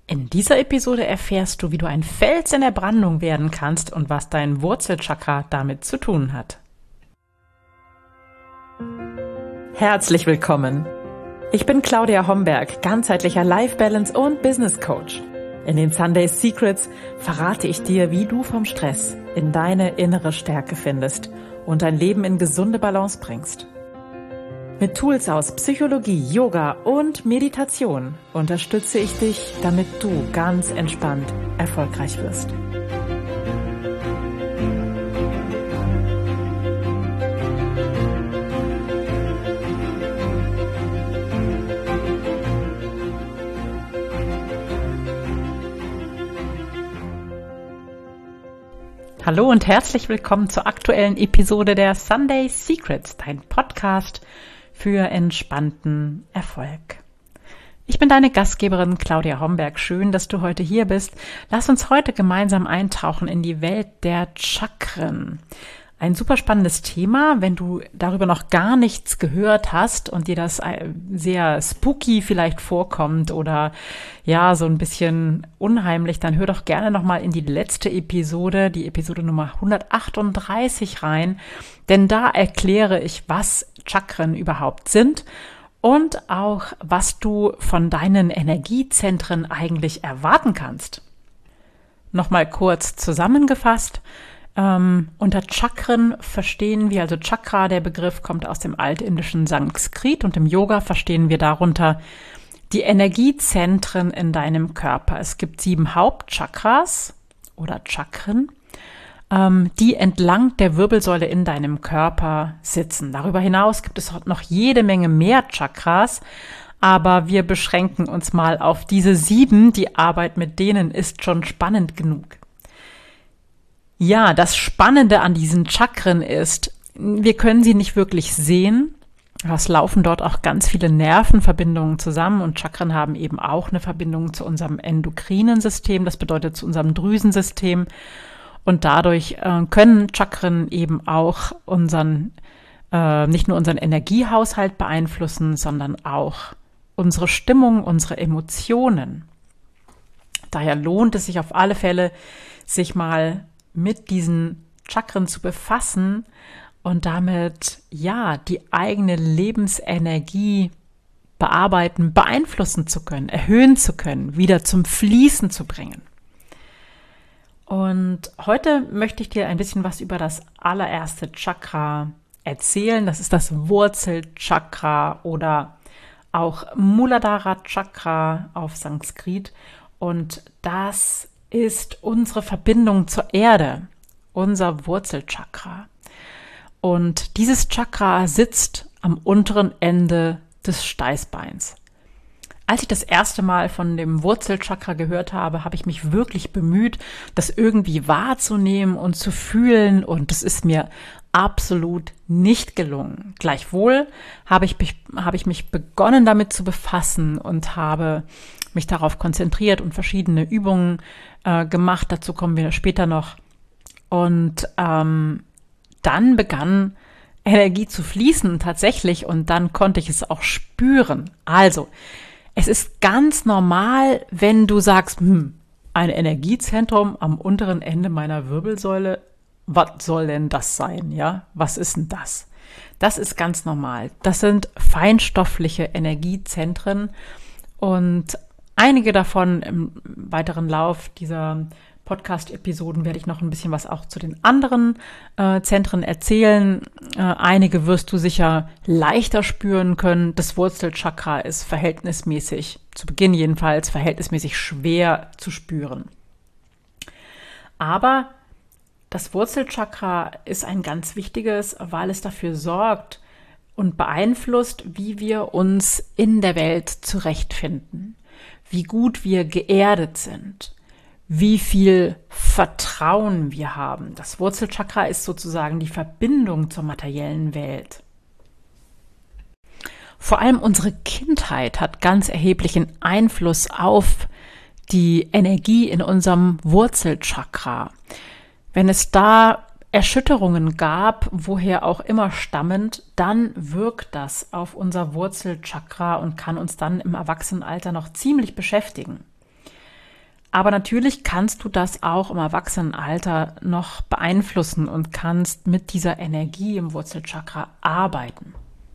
In dieser Episode erfährst du, wie du ein Fels in der Brandung werden kannst und was dein Wurzelchakra damit zu tun hat. Herzlich willkommen! Ich bin Claudia Homberg, ganzheitlicher Life Balance und Business Coach. In den Sunday Secrets verrate ich dir, wie du vom Stress in deine innere Stärke findest und dein Leben in gesunde Balance bringst. Mit Tools aus Psychologie, Yoga und Meditation unterstütze ich dich, damit du ganz entspannt erfolgreich wirst. Hallo und herzlich willkommen zur aktuellen Episode der Sunday Secrets, dein Podcast für entspannten Erfolg. Ich bin deine Gastgeberin Claudia Homberg. Schön, dass du heute hier bist. Lass uns heute gemeinsam eintauchen in die Welt der Chakren. Ein super spannendes Thema. Wenn du darüber noch gar nichts gehört hast und dir das sehr spooky vielleicht vorkommt oder ja, so ein bisschen unheimlich, dann hör doch gerne nochmal in die letzte Episode, die Episode Nummer 138 rein, denn da erkläre ich, was Chakren überhaupt sind und auch, was du von deinen Energiezentren eigentlich erwarten kannst. Nochmal kurz zusammengefasst. Unter Chakren verstehen wir, also Chakra, der Begriff kommt aus dem altindischen Sanskrit und im Yoga verstehen wir darunter die Energiezentren in deinem Körper. Es gibt 7 Hauptchakras oder Chakren, die entlang der Wirbelsäule in deinem Körper sitzen. Darüber hinaus gibt es noch jede Menge mehr Chakras, aber wir beschränken uns mal auf diese 7. Die Arbeit mit denen ist schon spannend genug. Ja, das Spannende an diesen Chakren ist, wir können sie nicht wirklich sehen. Es laufen dort auch ganz viele Nervenverbindungen zusammen und Chakren haben eben auch eine Verbindung zu unserem endokrinen System, das bedeutet zu unserem Drüsensystem. Und dadurch können Chakren eben auch nicht nur unseren Energiehaushalt beeinflussen, sondern auch unsere Stimmung, unsere Emotionen. Daher lohnt es sich auf alle Fälle, sich mal mit diesen Chakren zu befassen und damit ja die eigene Lebensenergie bearbeiten, beeinflussen zu können, erhöhen zu können, wieder zum Fließen zu bringen. Und heute möchte ich dir ein bisschen was über das allererste Chakra erzählen. Das ist das Wurzelchakra oder auch Muladhara Chakra auf Sanskrit. Und das ist unsere Verbindung zur Erde, unser Wurzelchakra. Und dieses Chakra sitzt am unteren Ende des Steißbeins. Als ich das erste Mal von dem Wurzelchakra gehört habe, habe ich mich wirklich bemüht, das irgendwie wahrzunehmen und zu fühlen. Und es ist mir absolut nicht gelungen. Gleichwohl habe ich mich begonnen damit zu befassen und habe mich darauf konzentriert und verschiedene Übungen gemacht. Dazu kommen wir später noch. Und dann begann Energie zu fließen tatsächlich und dann konnte ich es auch spüren. Also, es ist ganz normal, wenn du sagst, ein Energiezentrum am unteren Ende meiner Wirbelsäule, was soll denn das sein, ja? Was ist denn das? Das ist ganz normal. Das sind feinstoffliche Energiezentren und einige davon im weiteren Lauf dieser Podcast-Episoden werde ich noch ein bisschen was auch zu den anderen Zentren erzählen. Einige wirst du sicher leichter spüren können. Das Wurzelchakra ist verhältnismäßig, zu Beginn jedenfalls, verhältnismäßig schwer zu spüren. Aber das Wurzelchakra ist ein ganz wichtiges, weil es dafür sorgt und beeinflusst, wie wir uns in der Welt zurechtfinden, wie gut wir geerdet sind, wie viel Vertrauen wir haben. Das Wurzelchakra ist sozusagen die Verbindung zur materiellen Welt. Vor allem unsere Kindheit hat ganz erheblichen Einfluss auf die Energie in unserem Wurzelchakra. Wenn es da Erschütterungen gab, woher auch immer stammend, dann wirkt das auf unser Wurzelchakra und kann uns dann im Erwachsenenalter noch ziemlich beschäftigen. Aber natürlich kannst du das auch im Erwachsenenalter noch beeinflussen und kannst mit dieser Energie im Wurzelchakra arbeiten.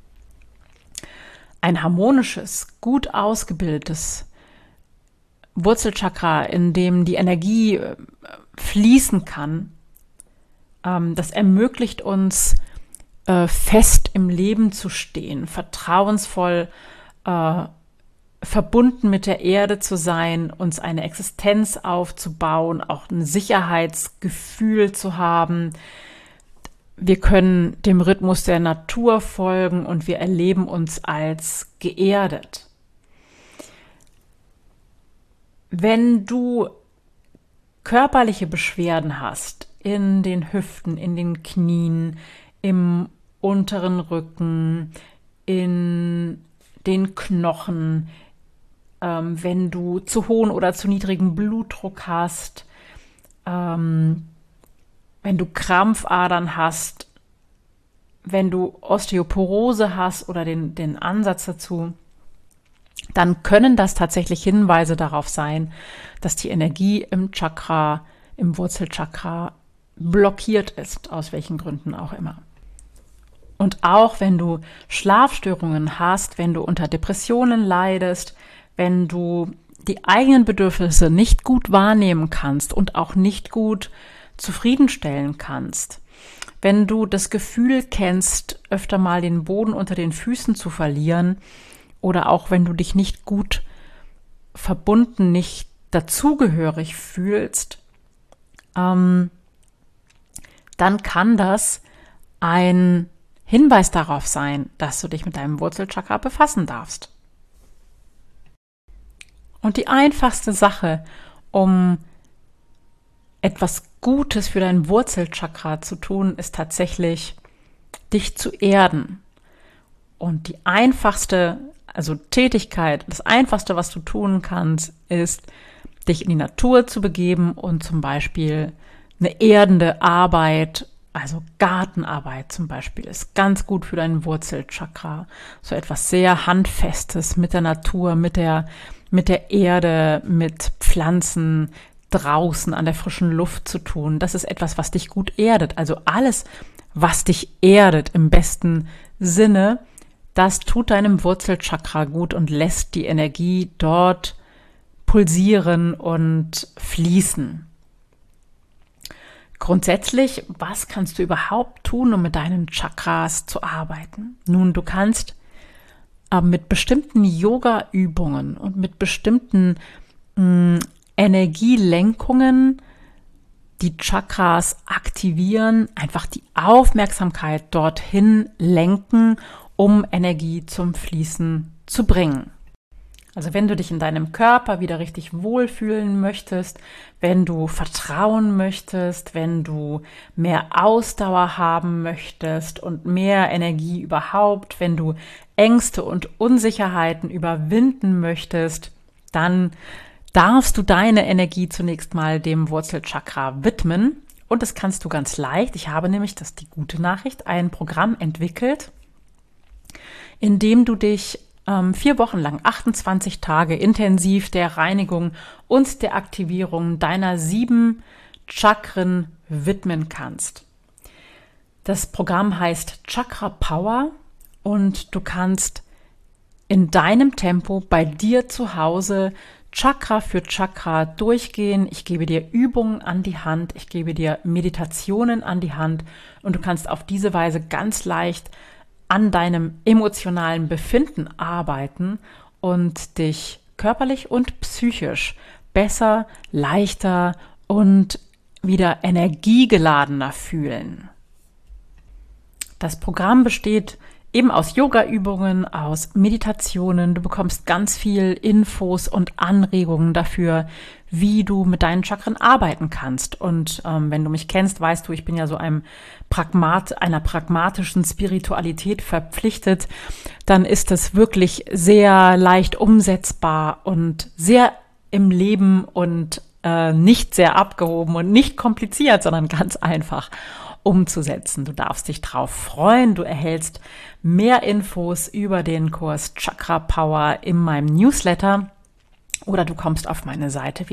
Ein harmonisches, gut ausgebildetes Wurzelchakra, in dem die Energie fließen kann, das ermöglicht uns, fest im Leben zu stehen, vertrauensvoll verbunden mit der Erde zu sein, uns eine Existenz aufzubauen, auch ein Sicherheitsgefühl zu haben. Wir können dem Rhythmus der Natur folgen und wir erleben uns als geerdet. Wenn du körperliche Beschwerden hast, in den Hüften, in den Knien, im unteren Rücken, in den Knochen, wenn du zu hohen oder zu niedrigen Blutdruck hast, wenn du Krampfadern hast, wenn du Osteoporose hast oder den Ansatz dazu, dann können das tatsächlich Hinweise darauf sein, dass die Energie im Chakra, im Wurzelchakra blockiert ist, aus welchen Gründen auch immer. Und auch wenn du Schlafstörungen hast, wenn du unter Depressionen leidest, wenn du die eigenen Bedürfnisse nicht gut wahrnehmen kannst und auch nicht gut zufriedenstellen kannst, wenn du das Gefühl kennst, öfter mal den Boden unter den Füßen zu verlieren oder auch wenn du dich nicht gut verbunden, nicht dazugehörig fühlst, dann kann das ein Hinweis darauf sein, dass du dich mit deinem Wurzelchakra befassen darfst. Und die einfachste Sache, um etwas Gutes für dein Wurzelchakra zu tun, ist tatsächlich, dich zu erden. Und die einfachste, Tätigkeit, das Einfachste, was du tun kannst, ist, dich in die Natur zu begeben und zum Beispiel eine erdende Arbeit, also Gartenarbeit zum Beispiel, ist ganz gut für dein Wurzelchakra. So etwas sehr Handfestes mit der Natur, mit der Erde, mit Pflanzen draußen an der frischen Luft zu tun. Das ist etwas, was dich gut erdet. Also alles, was dich erdet im besten Sinne, das tut deinem Wurzelchakra gut und lässt die Energie dort pulsieren und fließen. Grundsätzlich, was kannst du überhaupt tun, um mit deinen Chakras zu arbeiten? Nun, du kannst mit bestimmten Yoga-Übungen und mit bestimmten Energielenkungen die Chakras aktivieren, einfach die Aufmerksamkeit dorthin lenken, um Energie zum Fließen zu bringen. Also wenn du dich in deinem Körper wieder richtig wohlfühlen möchtest, wenn du vertrauen möchtest, wenn du mehr Ausdauer haben möchtest und mehr Energie überhaupt, wenn du Ängste und Unsicherheiten überwinden möchtest, dann darfst du deine Energie zunächst mal dem Wurzelchakra widmen. Und das kannst du ganz leicht. Ich habe nämlich, das ist die gute Nachricht, ein Programm entwickelt, in dem du dich 4 Wochen lang, 28 Tage intensiv der Reinigung und der Aktivierung deiner 7 Chakren widmen kannst. Das Programm heißt Chakra Power und du kannst in deinem Tempo bei dir zu Hause Chakra für Chakra durchgehen. Ich gebe dir Übungen an die Hand, ich gebe dir Meditationen an die Hand und du kannst auf diese Weise ganz leicht an deinem emotionalen Befinden arbeiten und dich körperlich und psychisch besser, leichter und wieder energiegeladener fühlen. Das Programm besteht eben aus Yoga-Übungen, aus Meditationen. Du bekommst ganz viel Infos und Anregungen dafür, wie du mit deinen Chakren arbeiten kannst. Und wenn du mich kennst, weißt du, ich bin ja so einer pragmatischen Spiritualität verpflichtet. Dann ist es wirklich sehr leicht umsetzbar und sehr im Leben und nicht sehr abgehoben und nicht kompliziert, sondern ganz einfach umzusetzen. Du darfst dich drauf freuen. Du erhältst mehr Infos über den Kurs Chakra Power in meinem Newsletter. oder du kommst auf meine Seite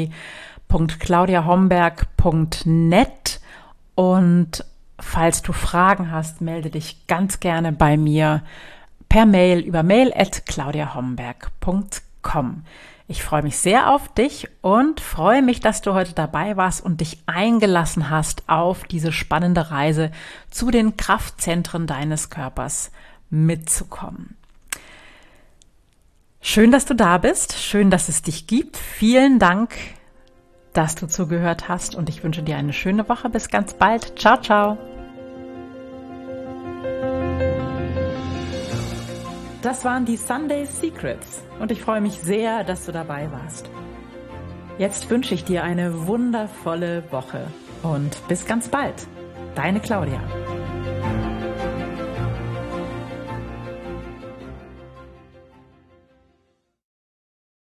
www.claudiahomberg.net und falls du Fragen hast, melde dich ganz gerne bei mir per Mail über mail@claudiahomberg.com. Ich freue mich sehr auf dich und freue mich, dass du heute dabei warst und dich eingelassen hast, auf diese spannende Reise zu den Kraftzentren deines Körpers mitzukommen. Schön, dass du da bist. Schön, dass es dich gibt. Vielen Dank, dass du zugehört hast und ich wünsche dir eine schöne Woche. Bis ganz bald. Ciao, ciao. Das waren die Sunday Secrets und ich freue mich sehr, dass du dabei warst. Jetzt wünsche ich dir eine wundervolle Woche und bis ganz bald. Deine Claudia.